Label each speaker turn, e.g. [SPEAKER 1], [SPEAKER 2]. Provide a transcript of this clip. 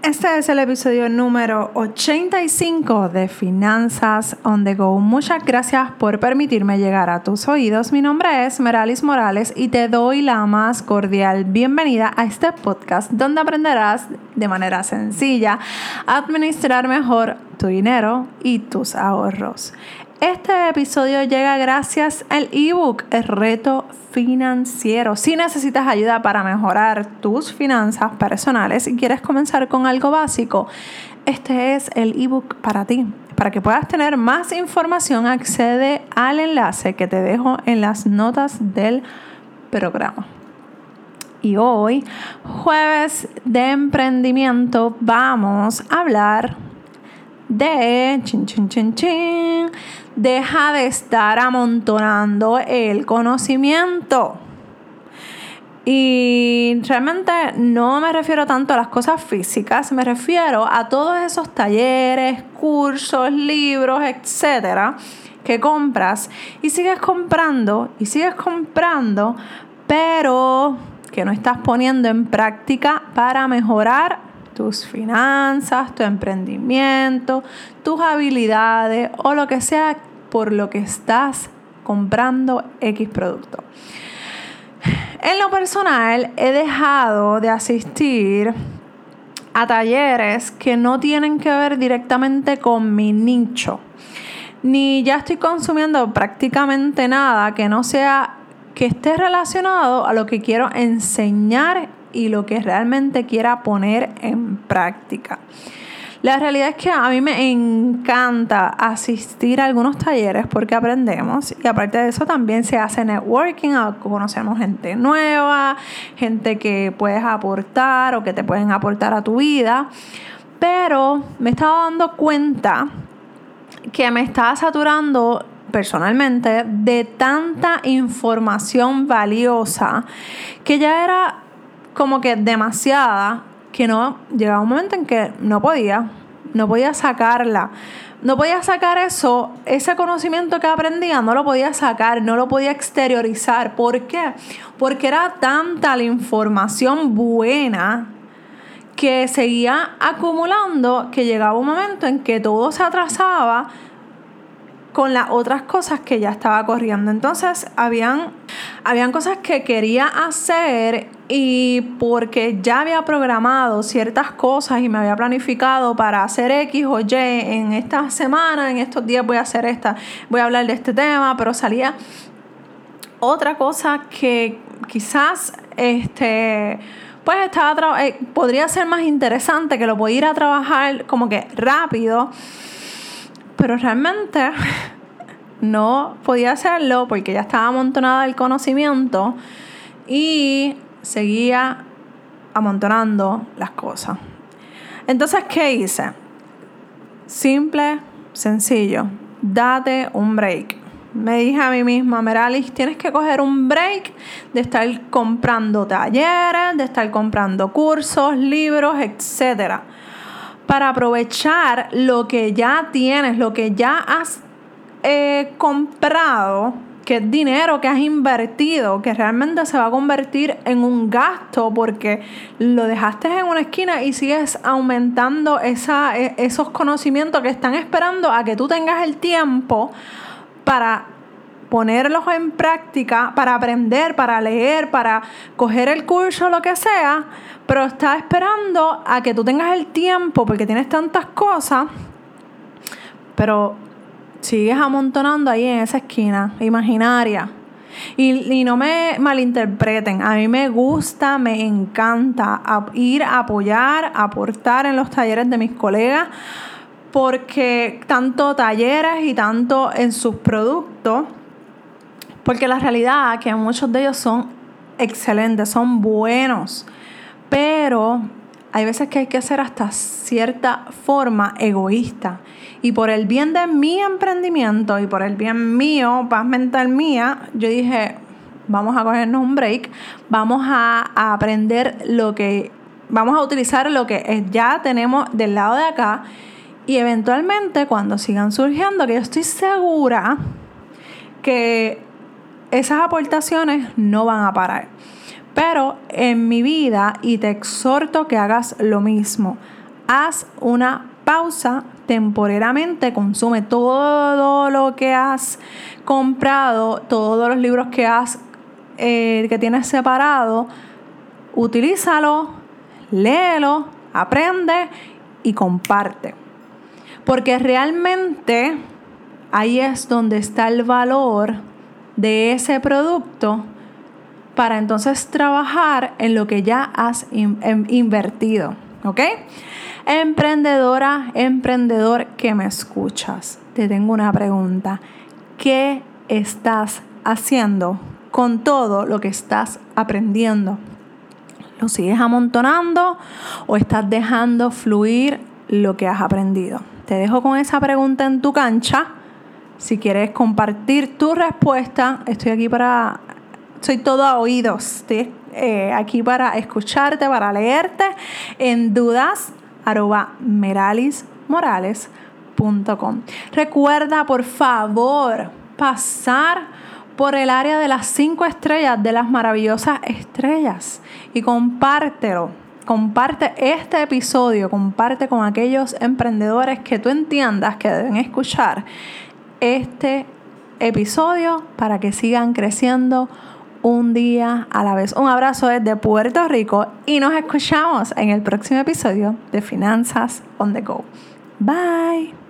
[SPEAKER 1] Este es el episodio número 85 de Finanzas on the Go. Muchas gracias por permitirme llegar a tus oídos. Mi nombre es Meralis Morales y te doy la más cordial bienvenida a este podcast donde aprenderás de manera sencilla a administrar mejor tu dinero y tus ahorros. Este episodio llega gracias al ebook El Reto Financiero. Si necesitas ayuda para mejorar tus finanzas personales y quieres comenzar con algo básico, este es el ebook para ti. Para que puedas tener más información, accede al enlace que te dejo en las notas del programa. Y hoy, jueves de emprendimiento, vamos a hablar de deja de estar amontonando el conocimiento. Y realmente no me refiero tanto a las cosas físicas, me refiero a todos esos talleres, cursos, libros, etcétera, que compras y sigues comprando, pero que no estás poniendo en práctica para mejorar tus finanzas, tu emprendimiento, tus habilidades o lo que sea por lo que estás comprando X producto. En lo personal, he dejado de asistir a talleres que no tienen que ver directamente con mi nicho. Ni ya estoy consumiendo prácticamente nada que no sea que esté relacionado a lo que quiero enseñar y lo que realmente quiera poner en práctica. La realidad es que a mí me encanta asistir a algunos talleres porque aprendemos y aparte de eso también se hace networking, conocemos gente nueva, gente que puedes aportar o que te pueden aportar a tu vida, pero me estaba dando cuenta que me estaba saturando personalmente de tanta información valiosa que ya era como que demasiada, que no llegaba un momento en que no podía sacarla. No podía sacar ese conocimiento que aprendía, no lo podía sacar, no lo podía exteriorizar. ¿Por qué? Porque era tanta la información buena que seguía acumulando que llegaba un momento en que todo se atrasaba con las otras cosas que ya estaba corriendo. Entonces, habían cosas que quería hacer y porque ya había programado ciertas cosas y me había planificado para hacer X o Y en esta semana, en estos días voy a hablar de este tema, pero salía otra cosa que quizás podría ser más interesante, que lo podía ir a trabajar como que rápido, pero realmente no podía hacerlo porque ya estaba amontonada el conocimiento y seguía amontonando las cosas. Entonces, ¿qué hice? Simple, sencillo, date un break. Me dije a mí misma, Meralis, tienes que coger un break de estar comprando talleres, de estar comprando cursos, libros, etcétera, para aprovechar lo que ya tienes, lo que ya has comprado, que es dinero que has invertido, que realmente se va a convertir en un gasto porque lo dejaste en una esquina y sigues aumentando esos conocimientos que están esperando a que tú tengas el tiempo para ponerlos en práctica, para aprender, para leer, para coger el curso, lo que sea, pero está esperando a que tú tengas el tiempo porque tienes tantas cosas, pero sigues amontonando ahí en esa esquina imaginaria. Y no me malinterpreten, a mí me gusta, me encanta ir a apoyar, aportar en los talleres de mis colegas, porque tanto talleres y tanto en sus productos, porque la realidad es que muchos de ellos son excelentes, son buenos, pero hay veces que hay que ser hasta cierta forma egoísta. Y por el bien de mi emprendimiento y por el bien mío, paz mental mía, yo dije, vamos a cogernos un break, vamos a aprender vamos a utilizar lo que ya tenemos del lado de acá y eventualmente cuando sigan surgiendo, que yo estoy segura que esas aportaciones no van a parar. Pero en mi vida, y te exhorto que hagas lo mismo, haz una pausa temporalmente, consume todo lo que has comprado, todos los libros que tienes separado, utilízalo, léelo, aprende y comparte. Porque realmente ahí es donde está el valor de ese producto para entonces trabajar en lo que ya has invertido. ¿Ok? Emprendedora, emprendedor que me escuchas, te tengo una pregunta. ¿Qué estás haciendo con todo lo que estás aprendiendo? ¿Lo sigues amontonando o estás dejando fluir lo que has aprendido? Te dejo con esa pregunta en tu cancha. Si quieres compartir tu respuesta, soy todo a oídos. Estoy aquí para escucharte, para leerte en dudas@meralismorales.com. Recuerda, por favor, pasar por el área de las 5 estrellas, de las maravillosas estrellas, y compártelo. Comparte este episodio, comparte con aquellos emprendedores que tú entiendas que deben escuchar este episodio para que sigan creciendo un día a la vez. Un abrazo desde Puerto Rico y nos escuchamos en el próximo episodio de Finanzas on the Go. Bye.